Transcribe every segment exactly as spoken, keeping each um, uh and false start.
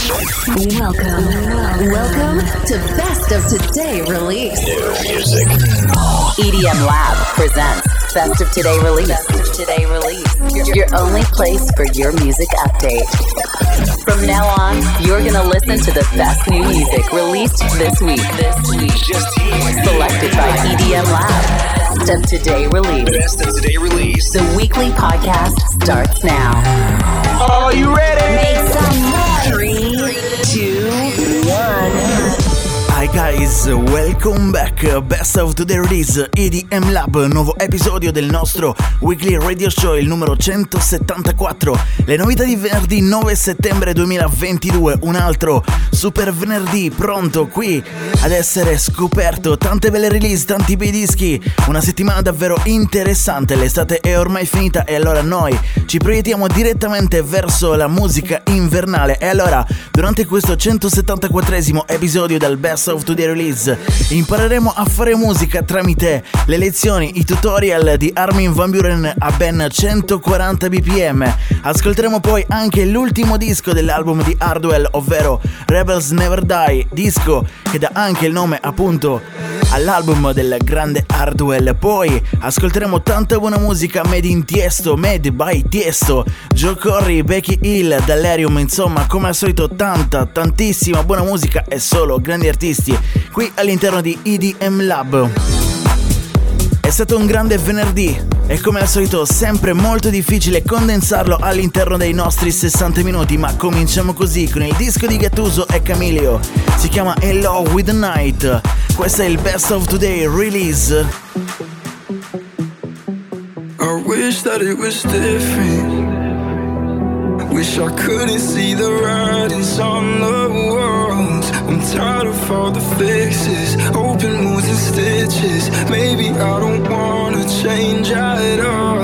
Welcome, welcome to Best of Today Release. New music. E D M Lab presents Best of Today Release. Best of Today Release. Your only place for your music update. From now on, you're gonna listen to the best new music released this week. This week, Just here. selected by E D M Lab. Best of Today Release. Best of Today Release. The weekly podcast starts now. Are you ready? Make some noise. Three, two, one. Hi guys, welcome back. Best of Today Release, E D M Lab, nuovo episodio del nostro weekly radio show, il numero centosettantaquattro. Le novità di venerdì nove settembre duemilaventidue, un altro super venerdì pronto qui ad essere scoperto. Tante belle release, tanti bei dischi, una settimana davvero interessante. L'estate è ormai finita e allora noi ci proiettiamo direttamente verso la musica invernale. E allora, durante questo centosettantaquattresimo episodio del Best of Today Release impareremo a fare musica tramite le lezioni, i tutorial di Armin van Buuren a ben centoquaranta B P M. Ascolteremo poi anche l'ultimo disco dell'album di Hardwell, ovvero Rebels Never Die, disco che dà anche il nome appunto all'album del grande Hardwell. Poi ascolteremo tanta buona musica made in Tiesto, made by Tiesto, Joe Corry, Becky Hill, Dallerium, insomma come al solito tanta, tantissima buona musica e solo grandi artisti qui all'interno di E D M Lab. È stato un grande venerdì e come al solito sempre molto difficile condensarlo all'interno dei nostri sessanta minuti, ma cominciamo così con il disco di Gattuso e Camilio. Si chiama Hello with the Night. Questo è il Best of Today Release. I wish that it was different. Wish I couldn't see the writings on the walls. I'm tired of all the fixes, open wounds and stitches. Maybe I don't wanna change at all.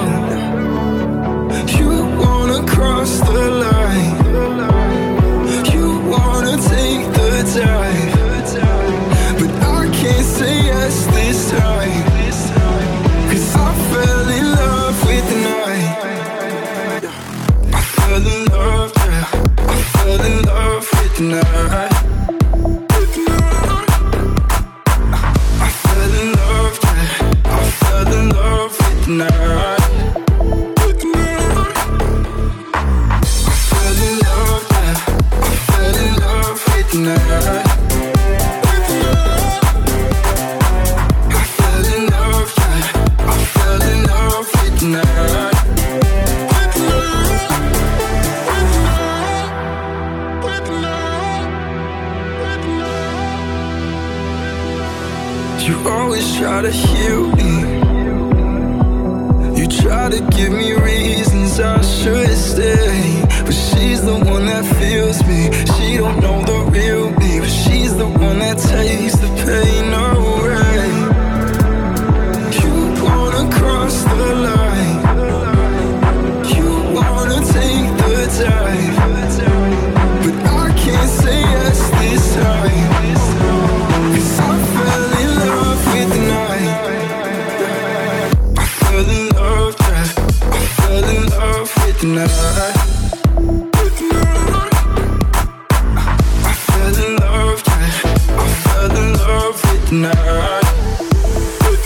You wanna cross the line, you wanna take the dive, but I can't say yes this time, 'cause I fell in love with the night. I fell in love, yeah. I fell in love with the night. I fell in love, yeah. I fell in love with the night. I fell in love, yeah. I fell in love with the night. I fell in love, yeah. I fell in love with the night. You always try to heal me. You try to give me reasons I should stay, but she's the one that feels me. She don't know the real me, but she's the one that takes the pain away. You wanna cross the line, you wanna take the dive, but I can't say yes this time, 'cause I fell in love with the night. I fell in love, yeah. I fell in love with the night. I fell in love, yeah. I fell in love with the night. I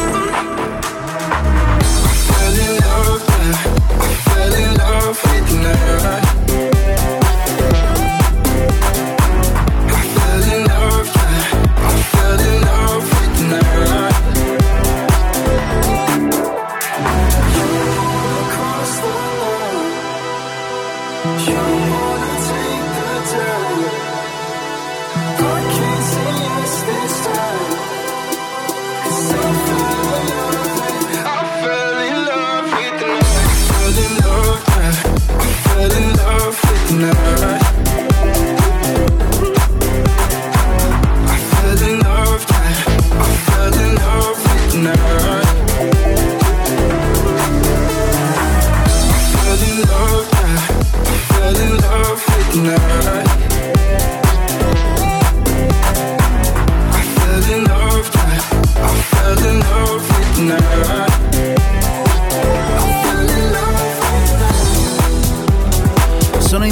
fell in love, yeah. I fell in love with the night. I fell in love, yeah. I fell in love with the night. You wanna cross the line, you wanna take the dive. I can't say yes this time,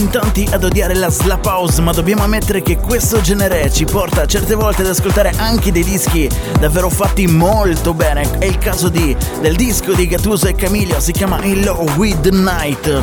in tanti ad odiare la slap house, ma dobbiamo ammettere che questo genere ci porta certe volte ad ascoltare anche dei dischi davvero fatti molto bene. È il caso di, del disco di Gattuso e Camilio, si chiama In Love with the Night.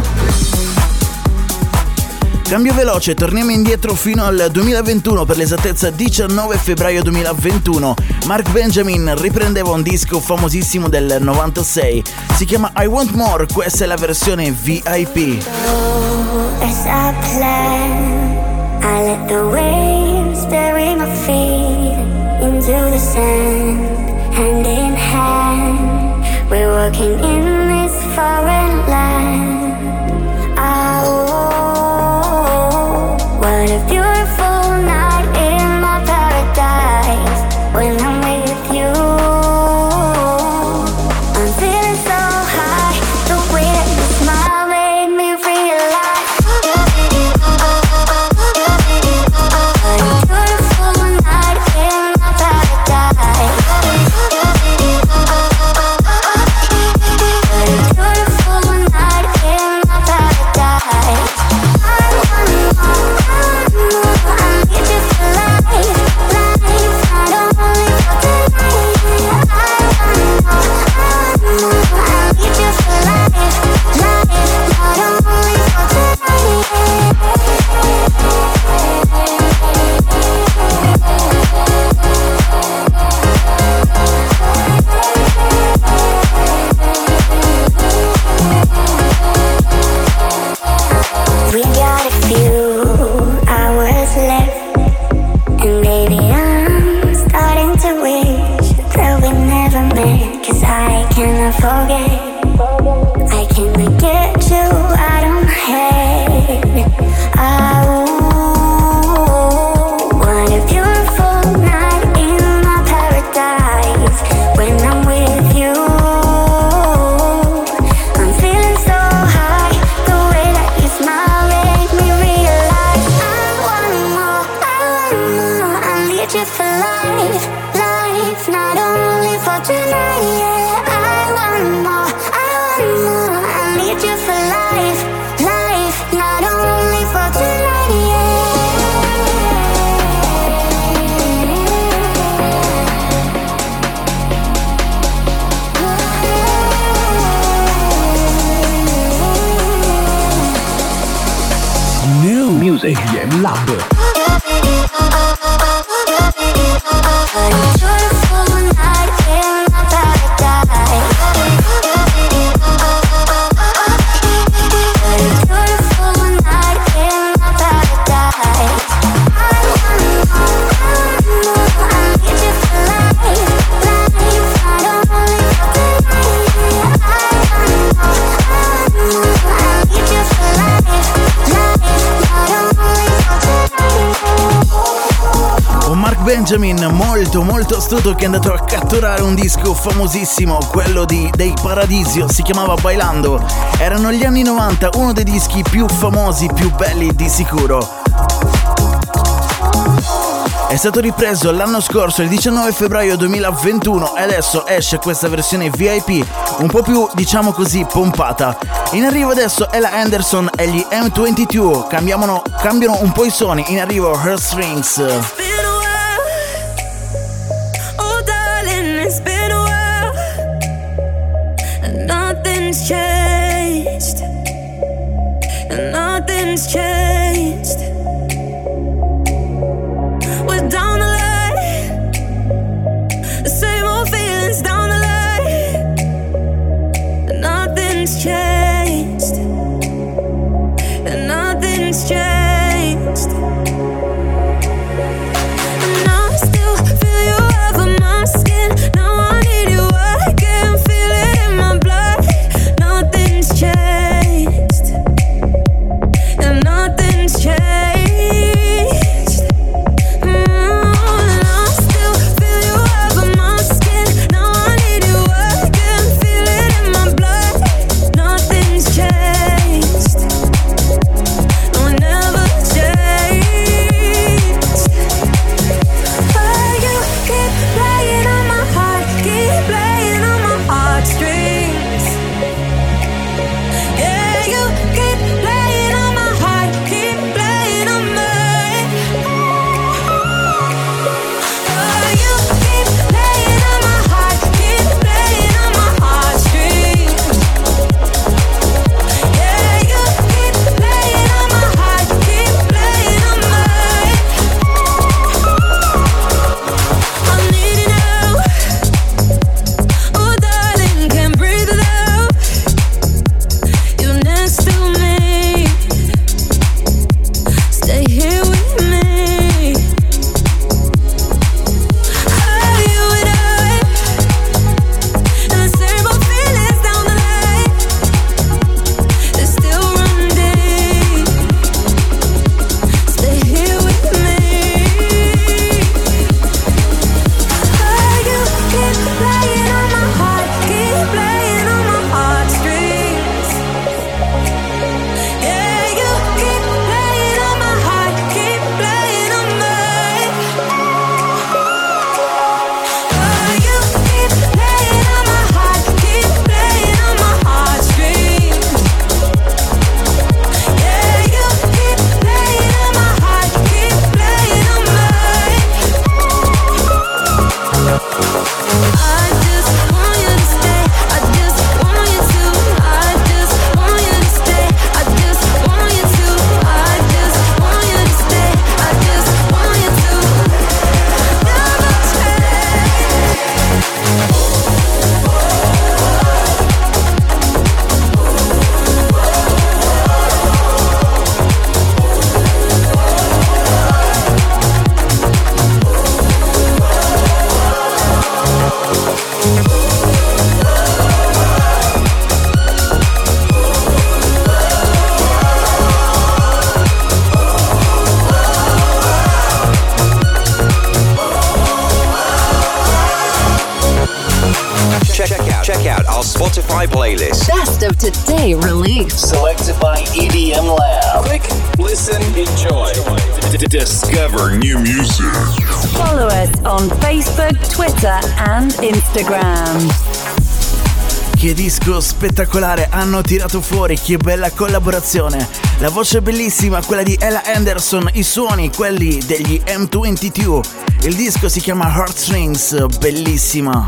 Cambio veloce, torniamo indietro fino al duemilaventuno, per l'esattezza diciannove febbraio duemilaventuno. Mark Benjamin riprendeva un disco famosissimo del novantasei, si chiama I Want More, questa è la versione V I P. Oh, as I plan, I let the waves bury my feet into the sand, hand in hand, we're walking in this foreign land. Oh, what a beautiful night in my paradise when I'm with you. I'm feeling so high, the way that you smile made me realize what a beautiful night in my paradise. What a beautiful night in my paradise. I want more, I want more, I need you for life, life, not only for tonight. I want more, I want more, I need you for life, life, not only for we got a few hours left, and baby I'm starting to wish that we never met, 'cause I cannot forget, I cannot get you out of my head. Oh, what a beautiful night in my paradise when I'm with you. I'm feeling so high, the way that you smile make me realize I want more, I want more, I need you for life, life, not only for tonight. Yeah, I want more, I want more, I need you for life, life, not only for tonight. Yeah. New music. E D M Lab. What a beautiful night in my paradise. What a beautiful night in my paradise. I want more, I want more, I need you for life, life, not only for tonight. I want more, I want more, I need you for life, life, not only for tonight. Un Mark Benjamin molto molto astuto che è andato a catturare un disco famosissimo, quello di, dei Paradisio, si chiamava Bailando. Erano gli anni novanta, uno dei dischi più famosi, più belli di sicuro. È stato ripreso l'anno scorso, il diciannove febbraio duemilaventuno, e adesso esce questa versione V I P, un po' più, diciamo così, pompata. In arrivo adesso Ella Anderson e gli M ventidue, cambiano, cambiano un po' i suoni, in arrivo Her Strings. Been a while, oh darling, it's been a while, and nothing's changed, and nothing's changed. We're down the line, the same old feelings down the line, and nothing's changed, and nothing's changed. And I Spotify playlist. Best of today release. Selected by E D M Lab. Click, listen, enjoy. D- discover new music. Follow us on Facebook, Twitter and Instagram. Che disco spettacolare hanno tirato fuori, che bella collaborazione. La voce bellissima, quella di Ella Anderson, i suoni, quelli degli M ventidue. Il disco si chiama Heartstrings, bellissima.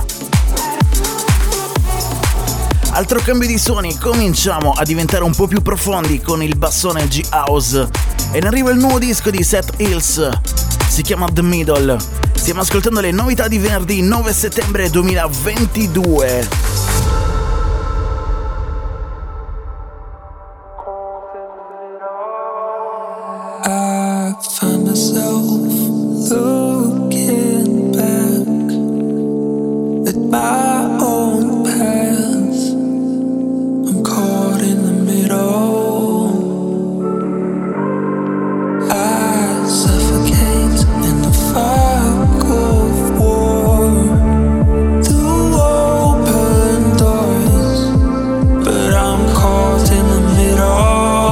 Altro cambio di suoni, cominciamo a diventare un po' più profondi con il bassone G-House. E in arriva il nuovo disco di Seth Hills, si chiama The Middle. Stiamo ascoltando le novità di venerdì nove settembre duemilaventidue. I find myself looking back at my own past. I'm caught in the middle. I suffocate in the fog of war. Through open doors, but I'm caught in the middle.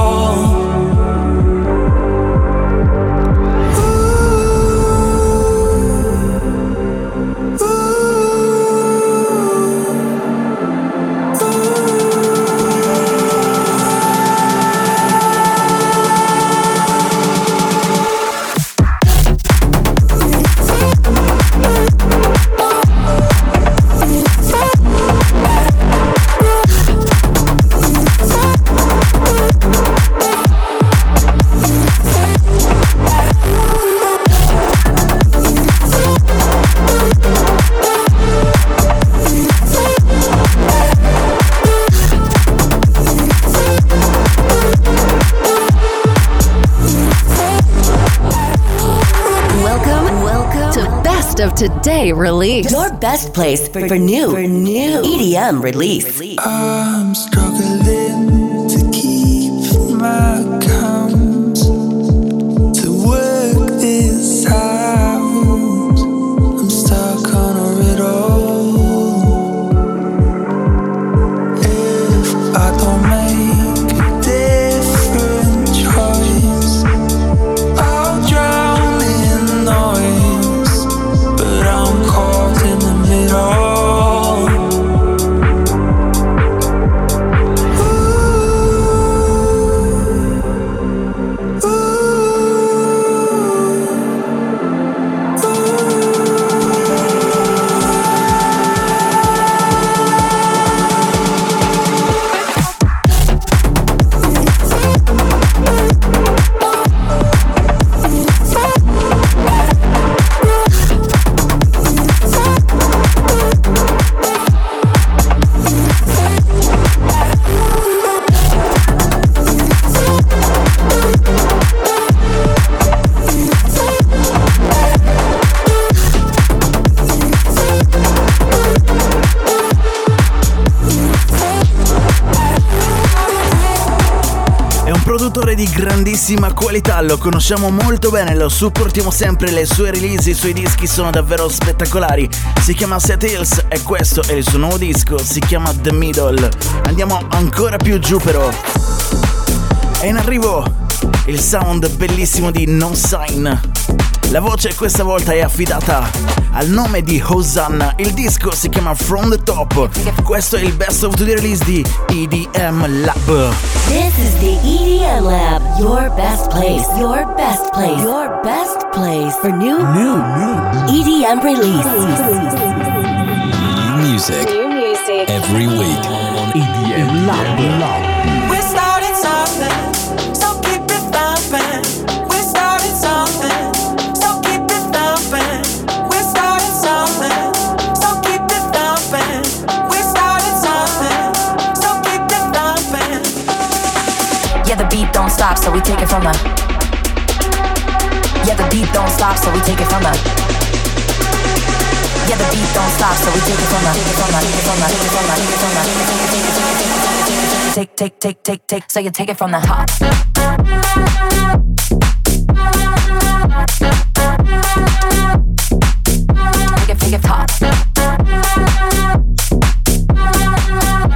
Of today release. Your best place for, for new for new E D M release. I'm struggling to keep my count, to work this out. I'm stuck on a riddle. If I don't make a different choice, I'll drown in noise, but I'm caught in the middle. Di grandissima qualità, lo conosciamo molto bene, lo supportiamo sempre, le sue release, i suoi dischi sono davvero spettacolari. Si chiama Seth Hills e questo è il suo nuovo disco, si chiama The Middle. Andiamo ancora più giù però. È in arrivo il sound bellissimo di No Sign. La voce questa volta è affidata al nome di Hosanna. Il disco si chiama From the Top. Questo è il Best of the Release di E D M Lab. This is the E D M Lab, your best place, your best place, your best place for new, new, new E D M release. New music. New music. Every week on E D M Lab. We started something, so keep it bumping. We started something, so keep it bumping. We started something, so keep it bumping. We started something, so keep it bumping. Yeah, the beat don't stop, so we take it from the. Yeah, the beat don't stop, so we take it from the. Yeah, the beat don't stop, so we take it from the. Take it from the. Take it from the. Take it from the. Take it from the. Take, take, take, take, take, so you take it from the top. Take it, take it top.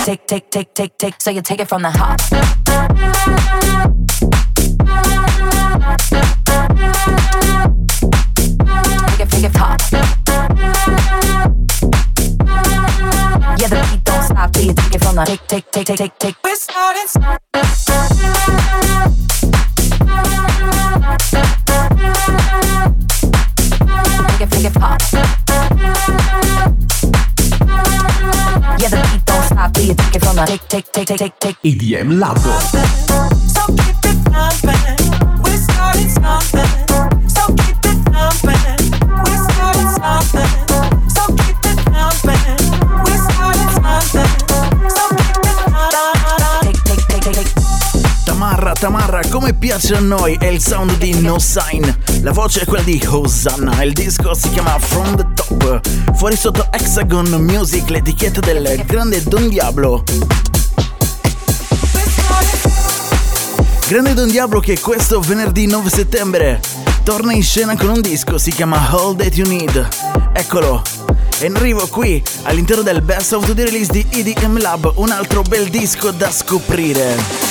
take, take, take, take, take, take. So you take it from the top. Take it, take it top. Yeah, the beat don't stop till you take it from the take, take, take, take, take, take. We're starting. Take it, take it pop. Yeah, the beat don't stop till you take it from the take, take, take, take, take, take. E D M Lab. So keep it pumping. We started something. So keep it pumping. We started something. So keep it pumping. We started something. So keep it pumping. Take, take, take, take, take. Tamarra, Tamarra, come piace a noi è il sound di No Sign. La voce è quella di Hosanna. Il disco si chiama From the Top. Fuori sotto Hexagon Music, l'etichetta del grande Don Diablo. Grande Don Diablo che questo venerdì nove settembre torna in scena con un disco, si chiama All That You Need. Eccolo. E in arrivo qui all'interno del Best of the Release di E D M Lab, un altro bel disco da scoprire.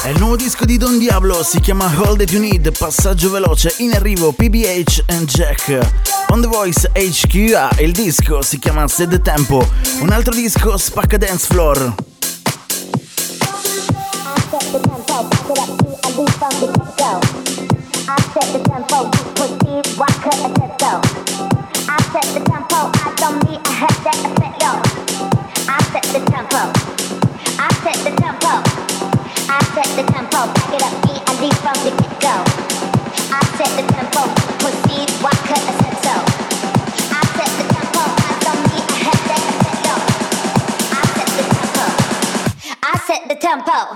È il nuovo disco di Don Diablo, si chiama All That You Need, passaggio veloce, in arrivo P B H and Jack. On The Voice H Q A, il disco si chiama Set The Tempo, un altro disco spacca dance floor. I set the tempo, proceed, why could I set so? I set the tempo, eyes on me, I had that effect, yo. I set the tempo, I set the tempo, I set the tempo, back it up, E, I leave from the get-go. I set the tempo, proceed, why could I set so? I set the tempo, eyes on me, I had that effect, yo. I set the tempo, I set the tempo.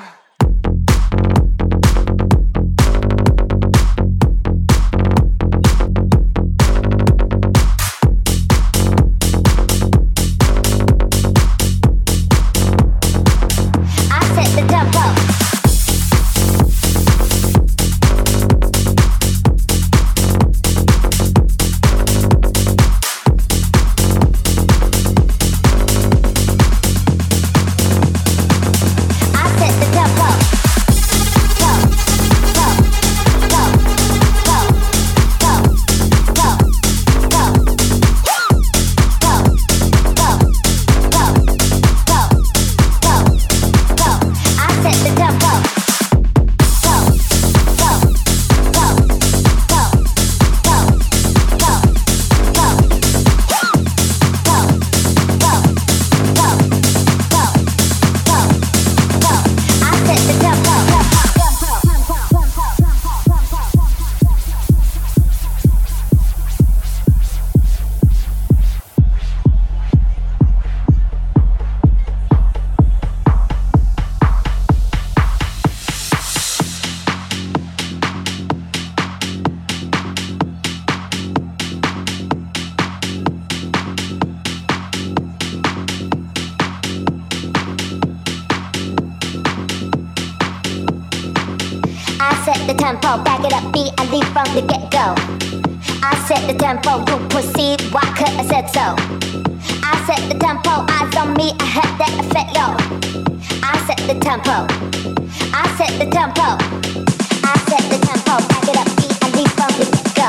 set the tempo, back it up, beat, I leave from the get-go. I set the tempo, you proceed, why could I said so? I set the tempo, eyes on me, I had that effect, yo. I set the tempo, I set the tempo, I set the tempo, back it up, beat, I leave from the get-go.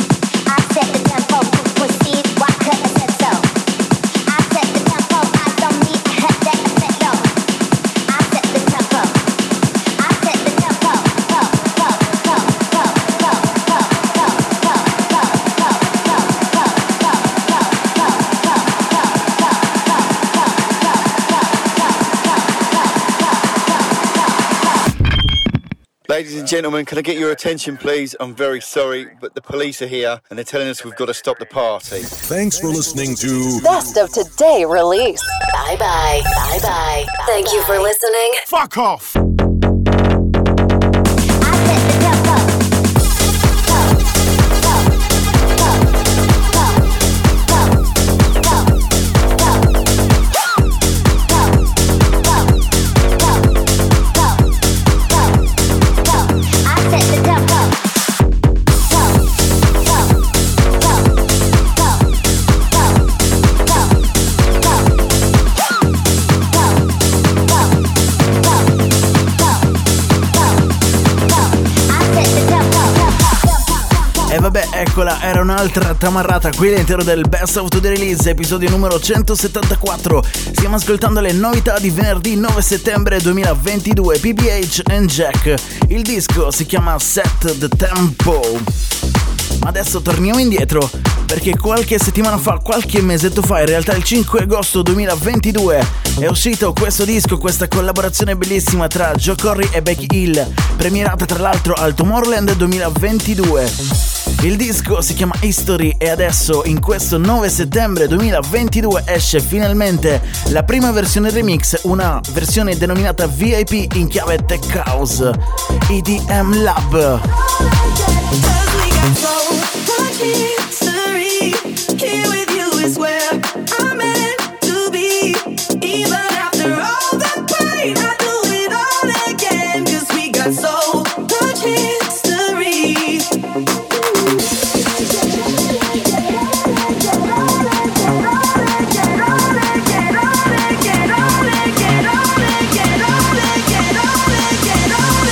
I set the tempo, you proceed, why could I said so? I set the tempo, eyes on me, I had that effect, yo. I set the tempo, I set the tempo, go, go, go, go, go, go, go, go, go, go, go, go, go, go, go, Ladies and gentlemen, can I get your attention, please? I'm very sorry, but the police are here and they're telling us we've got to stop the party. Thanks for listening to Best of Today release. Bye bye. Bye bye. Thank you for listening. Fuck off! E vabbè, eccola, era un'altra tamarrata qui all'interno del Best of the Release, episodio numero centosettantaquattro. Stiamo ascoltando le novità di venerdì nove settembre duemilaventidue, P B H and Jack. Il disco si chiama Set the Tempo. Ma adesso torniamo indietro, perché qualche settimana fa, qualche mesetto fa, in realtà il cinque agosto duemilaventidue, è uscito questo disco, questa collaborazione bellissima tra Joe Corry e Becky Hill, premierata tra l'altro al Tomorrowland duemilaventidue. Il disco si chiama History e adesso in questo nove settembre duemilaventidue esce finalmente la prima versione remix, una versione denominata V I P in chiave Tech House, E D M Lab. Get on it, get on it, get on it, get on it, get on it.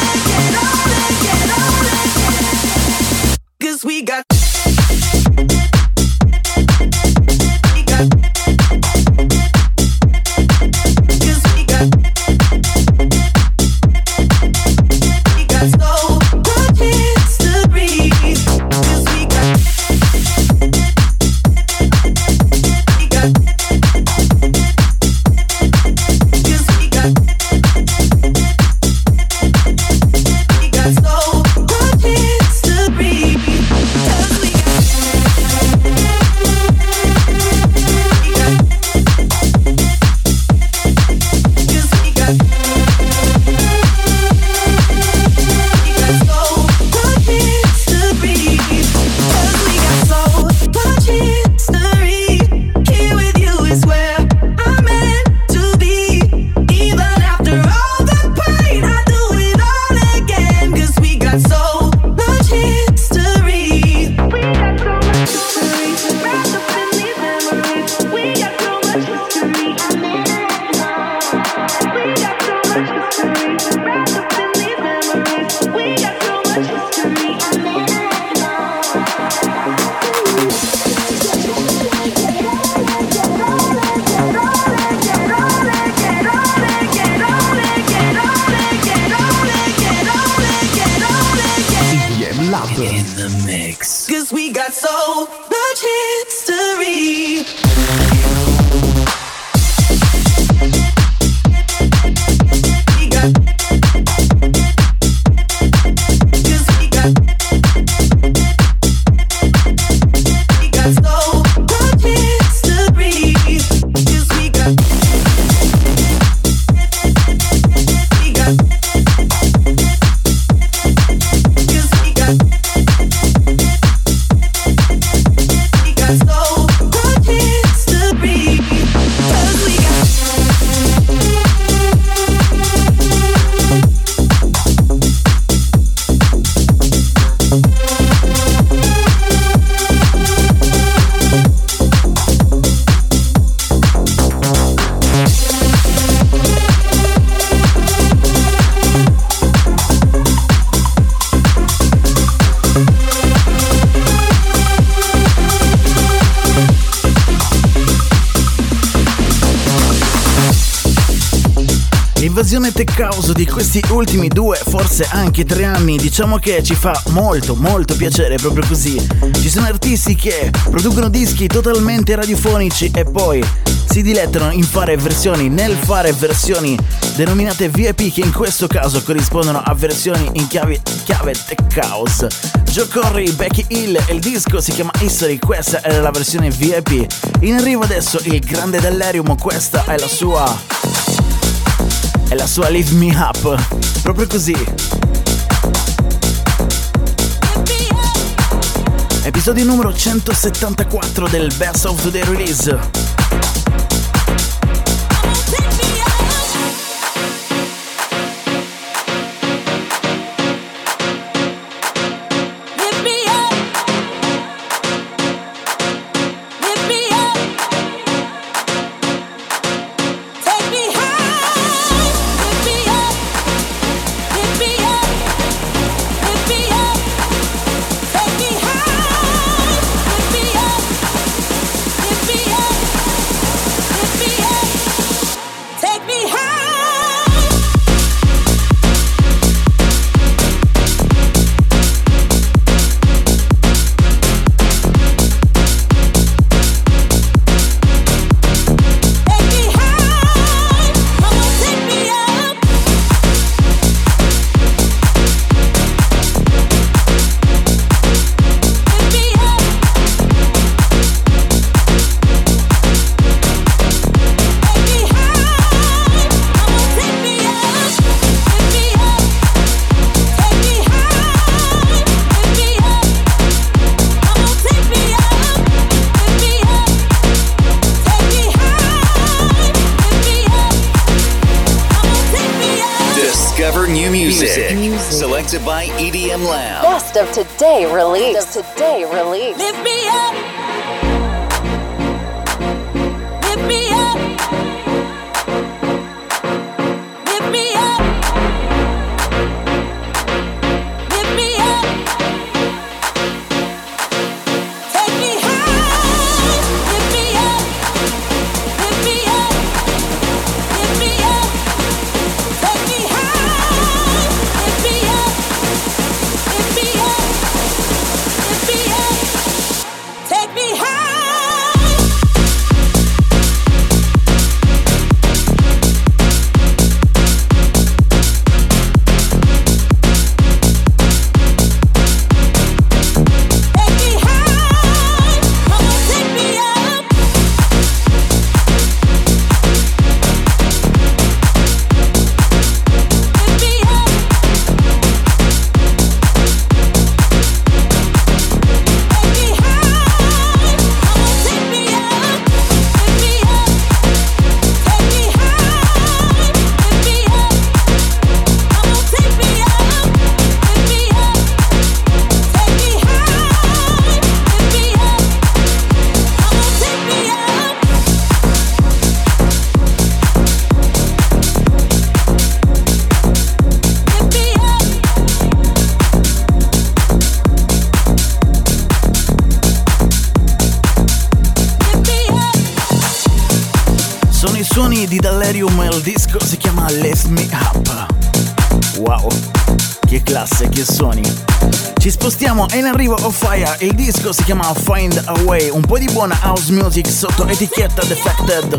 in the mix. Cause we got so much history. We got, cause we got, we got so much history. Cause we got, we got, cause we got, we got so much history. Cause we got. L'invasione tech house di questi ultimi due, forse anche tre anni, diciamo che ci fa molto molto piacere proprio così. Ci sono artisti che producono dischi totalmente radiofonici e poi si dilettano in fare versioni, nel fare versioni denominate V I P, che in questo caso corrispondono a versioni in chiave, chiave tech house. Joe Corey, Becky Hill, il disco si chiama History, questa era la versione V I P. In arrivo adesso il grande Delerium, questa è la sua... è la sua Lift Me Up, proprio così. Episodio numero centosettantaquattro del Best of Today Release. New music, music. Selected by E D M Lab. Best of today release. Best of today release. Lift me up. Lift me up. Lift me up. Lift me up. Take me high. Lift me up. Lift me up. Lift me up. Take me high. Lift me up. Lift me up. Lift me up. Take me high. Suoni di Delerium, il disco si chiama Lift Me Up. Wow, che che classe, che suoni. Ci spostiamo, è in arrivo Off Fire, il disco si chiama Find a Way, un po' di buona house music sotto etichetta Defected.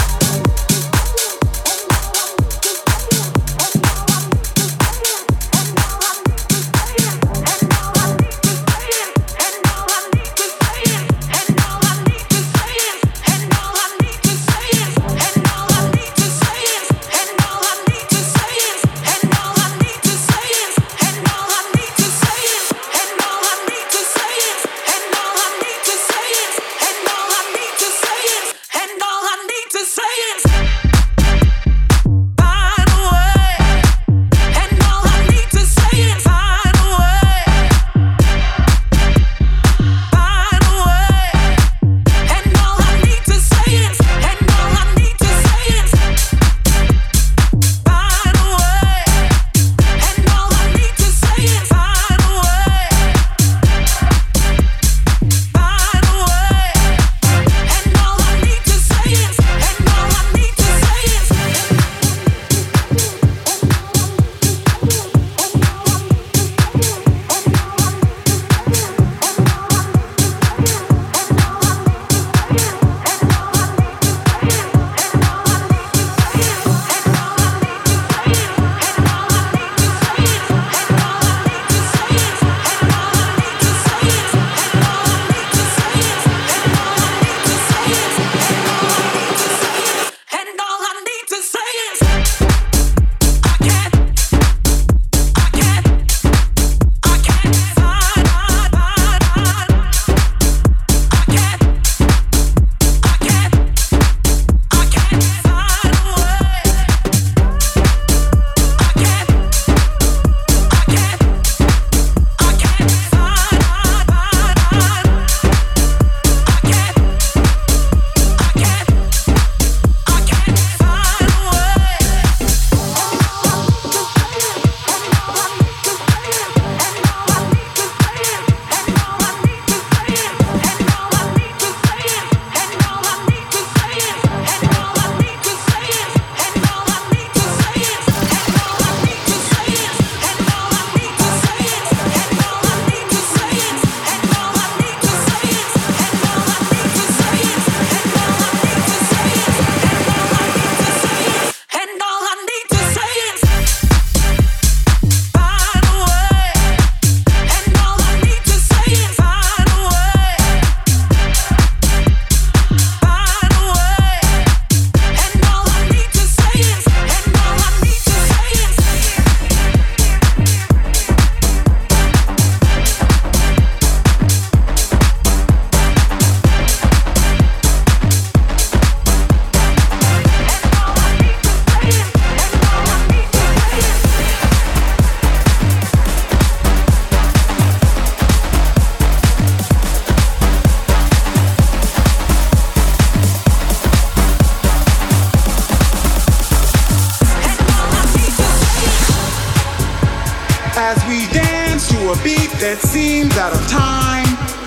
that seems out of time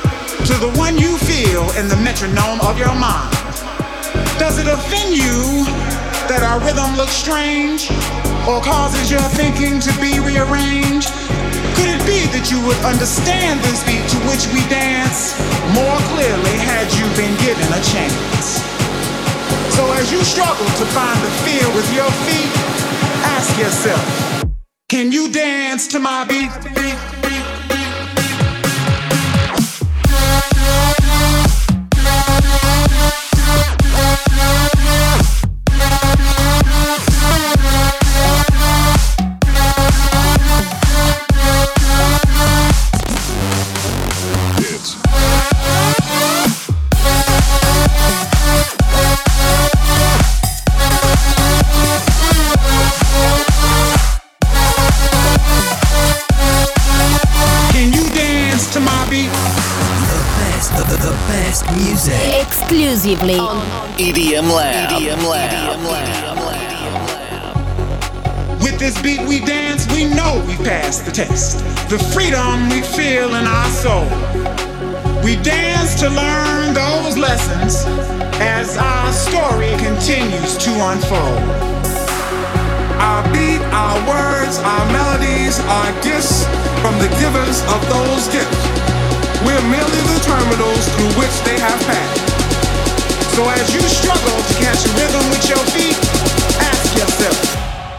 to the one you feel in the metronome of your mind? Does it offend you that our rhythm looks strange or causes your thinking to be rearranged? Could it be that you would understand this beat to which we dance more clearly had you been given a chance? So as you struggle to find the feel with your feet, ask yourself, can you dance to my beat? beat, beat, beat? Music exclusively on E D M Lab. E D M Lab. E D M Lab. With this beat we dance, we know we passed the test. The freedom we feel in our soul. We dance to learn those lessons as our story continues to unfold. Our beat, our words, our melodies are gifts from the givers of those gifts. We're merely the terminals through which they have passed. So as you struggle to catch rhythm with your feet, ask yourself,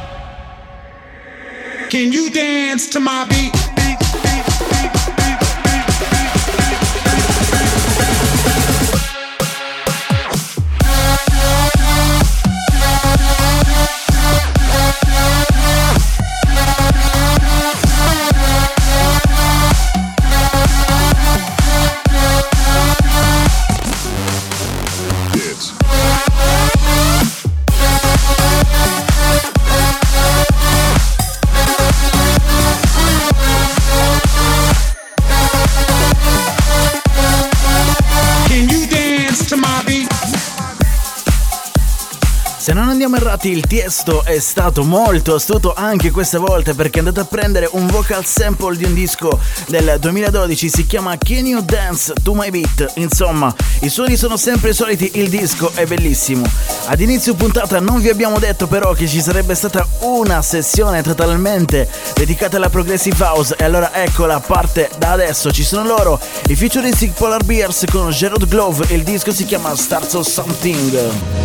can you dance to my beat? Se non andiamo errati, il Tiesto è stato molto astuto anche questa volta, perché è andato a prendere un vocal sample di un disco del duemiladodici, si chiama Can You Dance to My Beat. Insomma, i suoni sono sempre i soliti, il disco è bellissimo. Ad inizio puntata non vi abbiamo detto però che ci sarebbe stata una sessione totalmente dedicata alla Progressive House, e allora eccola, parte da adesso. Ci sono loro, i Futuristic Polar Bears con Gerard Glove, il disco si chiama Start of Something.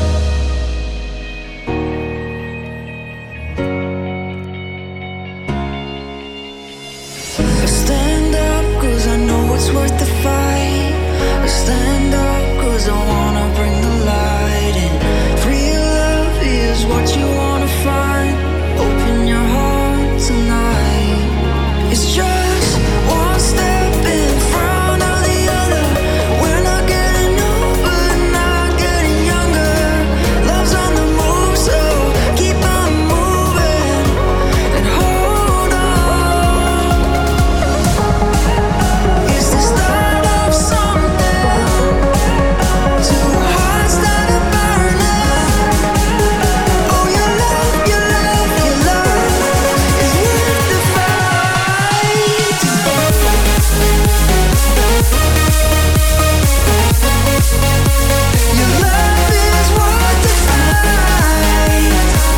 It's worth the fight. I stand up cause I wanna bring the light in. Free love is what you wanna find. Open your heart tonight. It's just one step in front of the other. We're not getting older, not getting younger. Love's on the move, so keep on moving and hold on. It's the start of something. Two hearts that are burning. Oh, your love, your love, your love is worth the fight. Your love is worth the fight.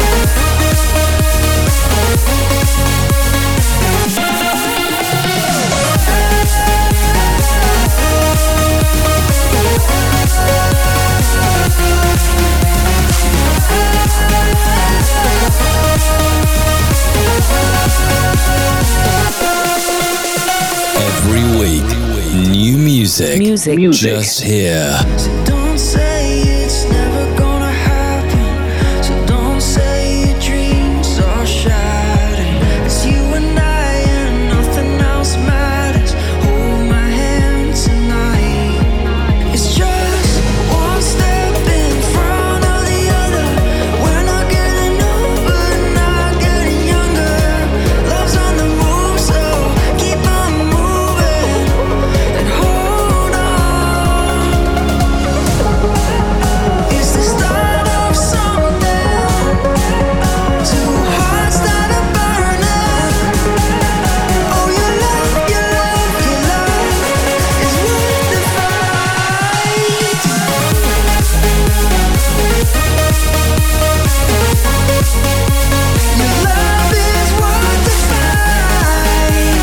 Every week, new music, Music. just here. So don't say it's never gonna happen. So don't say your dreams are shattered. It's you and I and nothing else matters. Hold my hand tonight. It's just one step in front of the other. We're not getting older, not getting younger. Love's on the move, so keep on moving and hold on. It's the start of something. Two hearts that are burning. Oh, your love, your love, your love is worth the fight. Your love is worth the fight.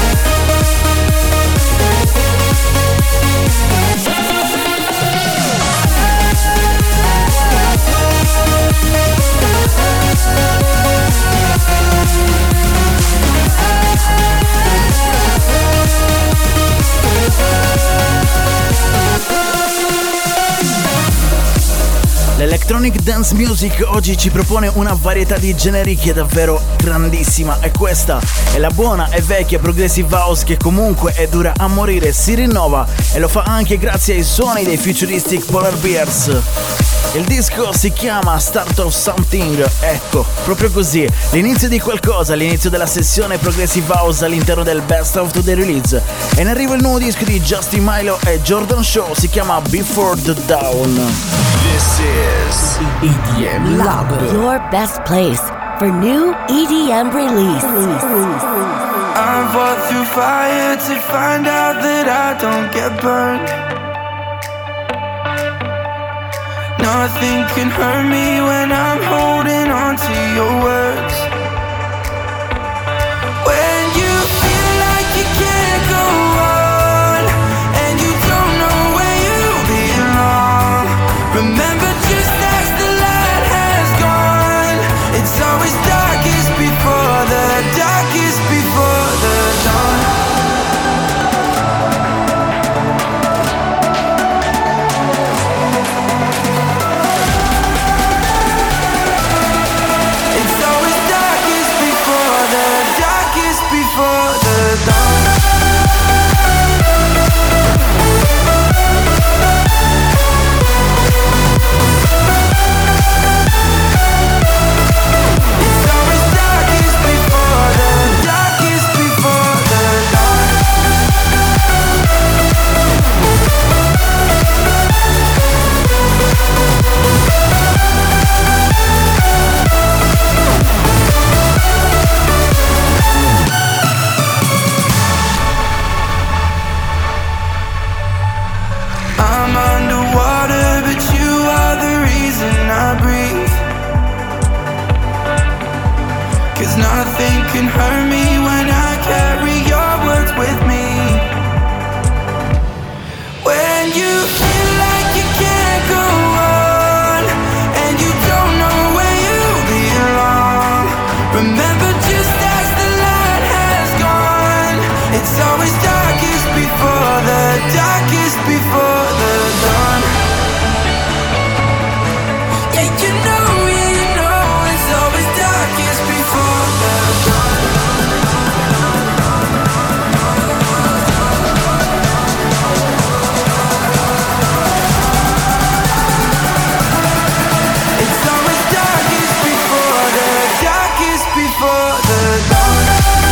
L'Electronic Dance Music oggi ci propone una varietà di generi che è davvero grandissima, e questa è la buona e vecchia Progressive House, che comunque è dura a morire, si rinnova e lo fa anche grazie ai suoni dei Futuristic Polar Bears. Il disco si chiama Start of Something, ecco, proprio così, l'inizio di qualcosa, l'inizio della sessione Progressive House all'interno del Best of Today Release. E in arrivo il nuovo disco di Justin Milo e Jordan Shaw, si chiama Before the Dawn. This is E D M Lab. Your best place for new E D M release. I fought through fire to find out that I don't get burned. No, nothing can hurt me when I'm holding on to your words. When you feel like you can't go on and you don't know where you belong, remember just as the light has gone, it's always darkest before the darkest before the dawn. Before the dawn. It's always darkest before the darkest before the dawn. I'm underwater, but you are the reason I breathe. 'Cause nothing can hurt me when I carry your words with me. When you feel like you can't go on and you don't know where you belong, remember just as the light has gone, it's always darkest before the darkest before the dawn. Yeah, you know, yeah, you know, it's always darkest before the dawn. It's always darkest before the darkest before the dawn.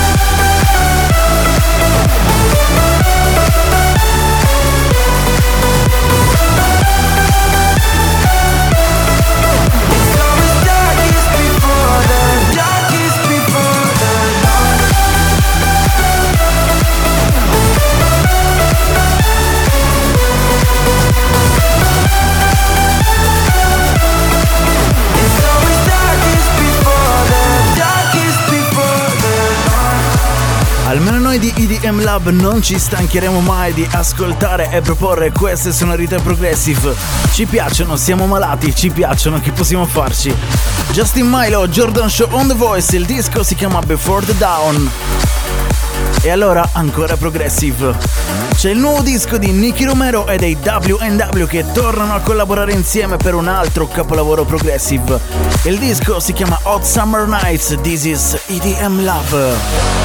Almeno noi di E D M Lab non ci stancheremo mai di ascoltare e proporre queste sonorità progressive. Ci piacciono, siamo malati, ci piacciono, che possiamo farci? Justin Milo, Jordan Show on The Voice, il disco si chiama Before the Dawn. E allora ancora progressive. C'è il nuovo disco di Nicky Romero e dei W and W che tornano a collaborare insieme per un altro capolavoro progressive. Il disco si chiama Hot Summer Nights. This is E D M Lab.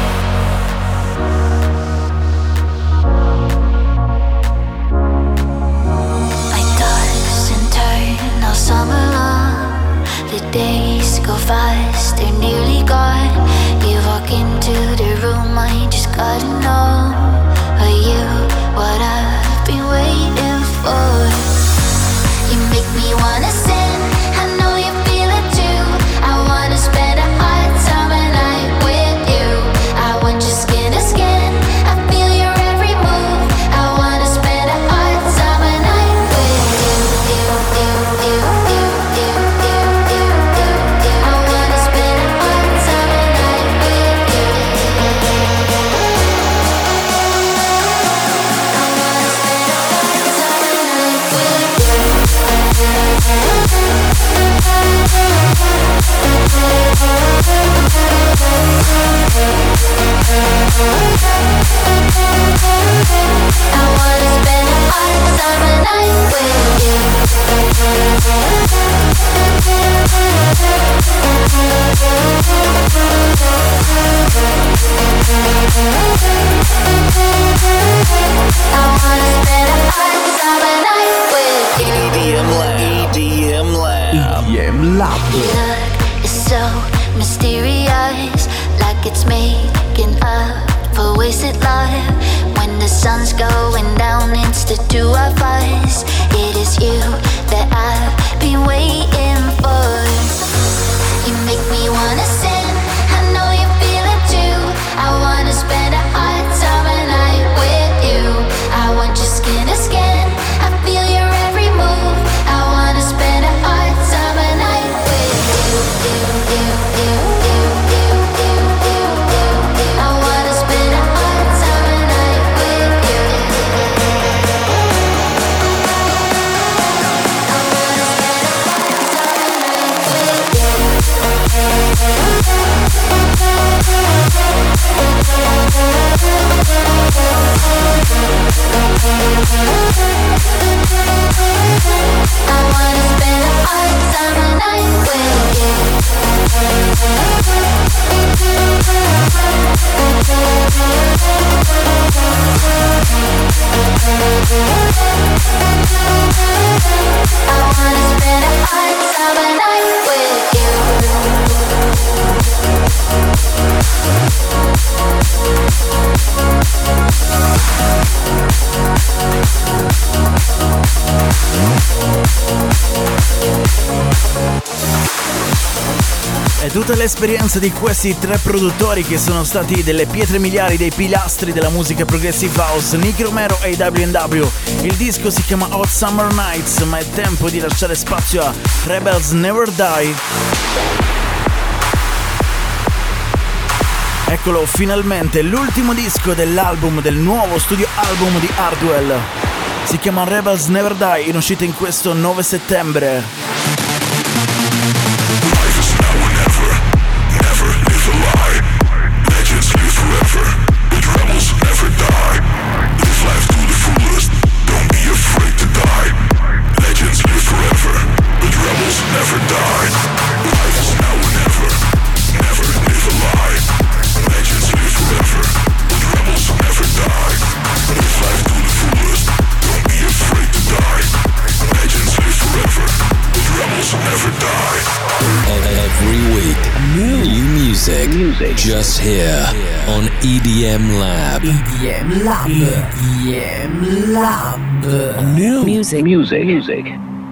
Days go fast, they're nearly gone. You walk into the room, I just gotta know, are you what I've been waiting for? You make me wanna sin, I know you feel it too. I wanna spend a hot summer night with you. I want your skin to skin, I feel your every move. I wanna spend a hot summer night with you, you, you, you, you, you, you. I wanna tutta l'esperienza di questi tre produttori che sono stati delle pietre miliari, dei pilastri della musica progressive house, Nicky Romero e i W and W. Il disco si chiama Hot Summer Nights, ma è tempo di lasciare spazio a Rebels Never Die. Eccolo finalmente, l'ultimo disco dell'album, del nuovo studio album di Hardwell. Si chiama Rebels Never Die, in uscita in questo nove settembre. Music, music, just here on E D M Lab. E D M Lab. E D M Lab. New music, music, music.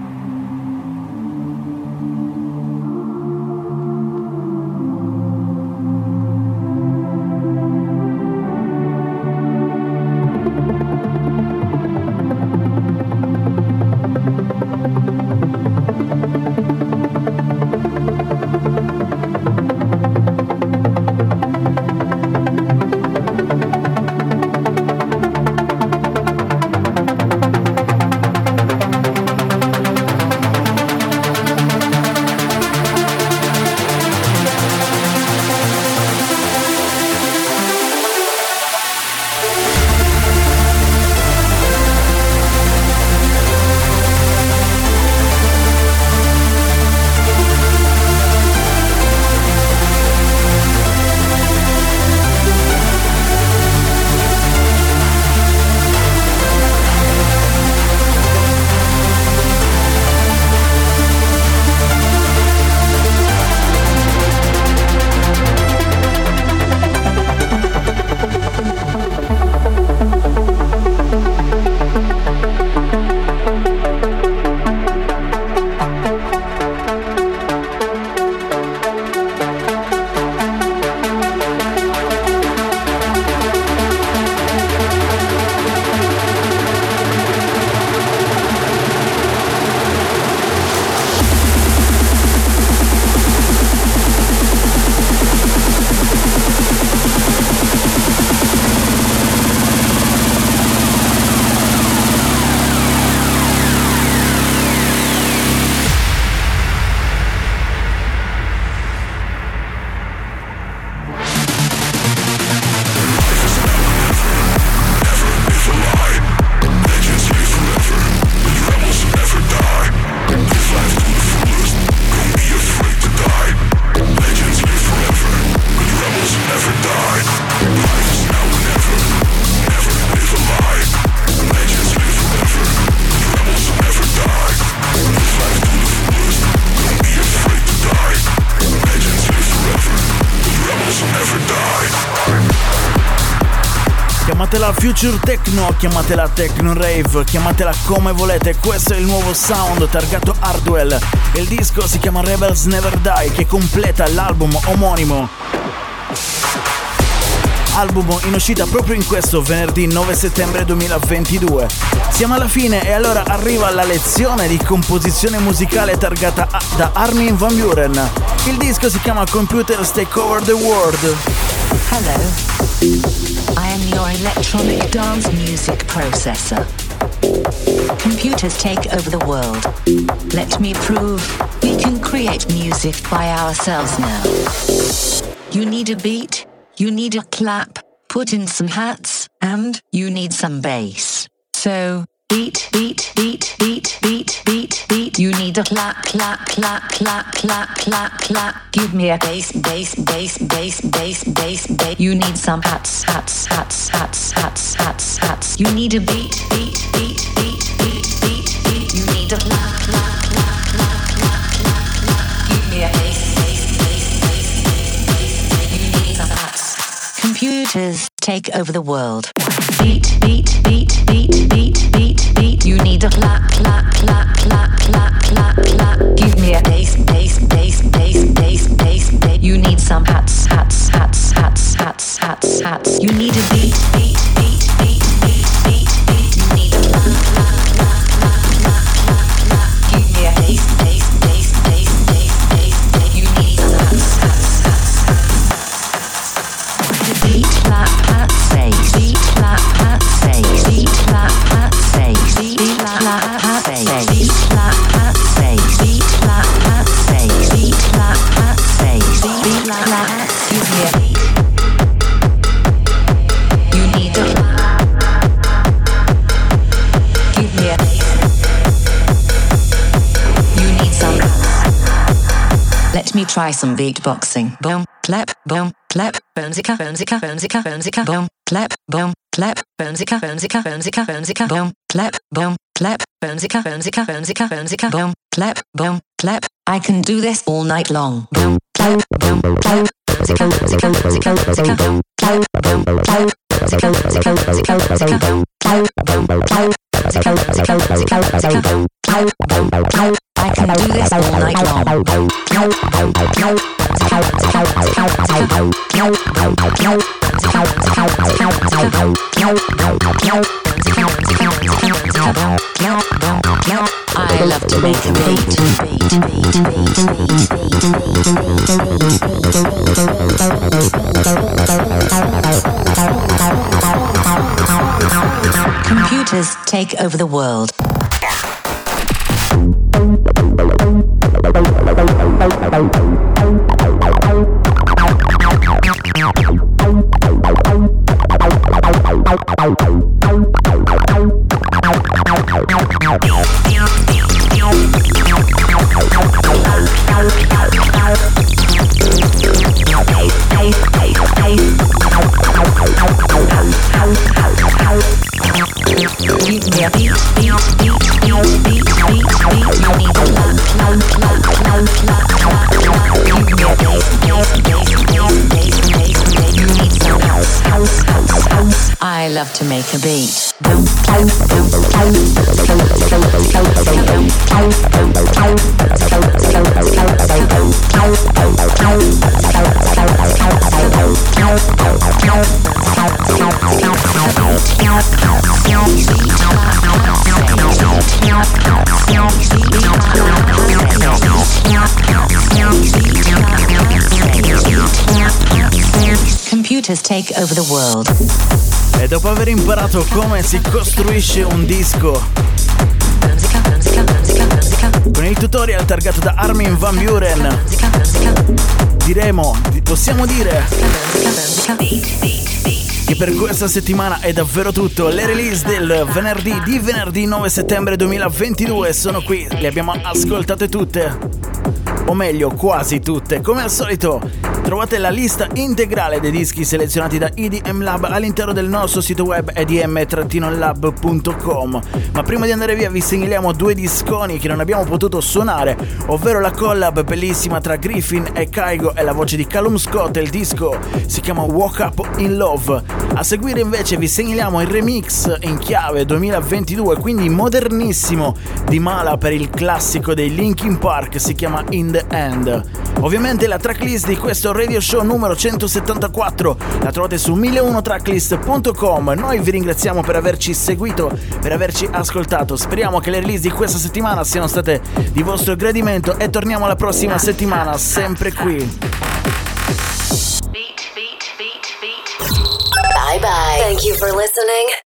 Chiamatela Future Techno, chiamatela Techno Rave, chiamatela come volete, questo è il nuovo sound targato Hardwell. Il disco si chiama Rebels Never Die, che completa l'album omonimo. Album in uscita proprio in questo venerdì nove settembre duemilaventidue. Siamo alla fine e allora arriva la lezione di composizione musicale targata a- da Armin van Buuren. Il disco si chiama Computers Take Over the World. Hello, I am your electronic dance music processor. Computers take over the world. Let me prove we can create music by ourselves now. You need a beat, you need a clap, put in some hats, and you need some bass. So, beat, beat, beat, beat, beat, beat, beat. You need a clap, clap, clap, clap, clap, clap, clap. Give me a bass, bass, bass, bass, bass, bass, bass. You need some hats, hats, hats, hats, hats, hats, hats. You need a beat, beat, beat, beat, beat, beat, beat. You need a clap, clap, clap, clap, clap, clap, clap. Give me a bass, bass, bass, bass, bass, bass. You need some hats. Computers take over the world. Beat, beat, beat, beat, beat, beat, beat. You need a clap, clap, clap, clap, clap, clap, clap. Give me a bass, bass, bass, bass, bass, bass, bass. You need some hats, hats, hats, hats, hats, hats, hats. You need a beat, beat, beat, beat, beat, beat, beat. You need a clap, clap, clap, clap, clap, clap, clap. Give me a bass, bass, bass, bass, bass, bass, bass. You need some hats, hats, hats, hats. Beat, clap, hat, say. Beat, clap, hat, say. Beat, clap, hat, say. Beat, clap, hat, say. Beat, clap, hat, say. Beat, clap, hat, say. Beat, clap, hat, say. Beat, clap, hat. Give me a beat. You need a clap. Give me a bass. You need some hats. Let me try some beatboxing. Boom, clap, boom, clap. Boomzika, boomzika, boomzika, boomzika. Boom, clap, boom, clap. Boomzika, boomzika, boomzika, boomzika. Boom, clap, boom, clap. Boomzika, boomzika, boomzika, boomzika. Boom, clap, boom, clap. I can do this all night long. Boom, clap, boom, clap. Boomzika, boomzika, boomzika, boomzika. Boom, clap, boom, clap. Boomzika, boomzika, boomzika, boomzika. Boom, clap, boom, clap. Boomzika, boomzika, boomzika, boomzika. Boom, clap, boom, clap. I can do this all night long. Boom, clap, boom, clap. Boomzika, boomzika, boomzika, boomzika. Boom, clap, boom, clap. Boomzika, boomzika, boomzika, boomzika. Boom, clap, boom, clap. Boomzika, boomzika, boomzika, boomzika. Boom, clap, boom, clap. I love to make a beat, beat, beat, beat, beat. Computers take over the world. Give me a beat, beat, beat, beat, beat, beat, beat. You need a clap, clap, clap, clap, clap, clap, clap. Give me a bass, bass, bass, bass, bass, bass, bass. You need some house, house, house, house. I love to make a beat. Boom, boom, boom, boom, boom, boom, Computers take over the world. E dopo aver imparato come si costruisce un disco con il tutorial targato da Armin van Buuren, diremo, possiamo dire che per questa settimana è davvero tutto. Le release del venerdì di venerdì nove settembre duemilaventidue sono qui, le abbiamo ascoltate tutte, o meglio quasi tutte. Come al solito trovate la lista integrale dei dischi selezionati da E D M Lab all'interno del nostro sito web e d m lab punto com. Ma prima di andare via vi segnaliamo due disconi che non abbiamo potuto suonare, ovvero la collab bellissima tra Griffin e Kygo e la voce di Callum Scott. Il disco si chiama Woke Up in Love. A seguire invece vi segnaliamo il remix in chiave duemilaventidue, quindi modernissimo, di Mala per il classico dei Linkin Park, si chiama In the End. Ovviamente la tracklist di questo radio show numero centosettantaquattro la trovate su mille uno tracklist punto com. Noi vi ringraziamo per averci seguito, per averci ascoltato. Speriamo che le release di questa settimana siano state di vostro gradimento e torniamo la prossima settimana sempre qui. Bye bye. Thank you for listening.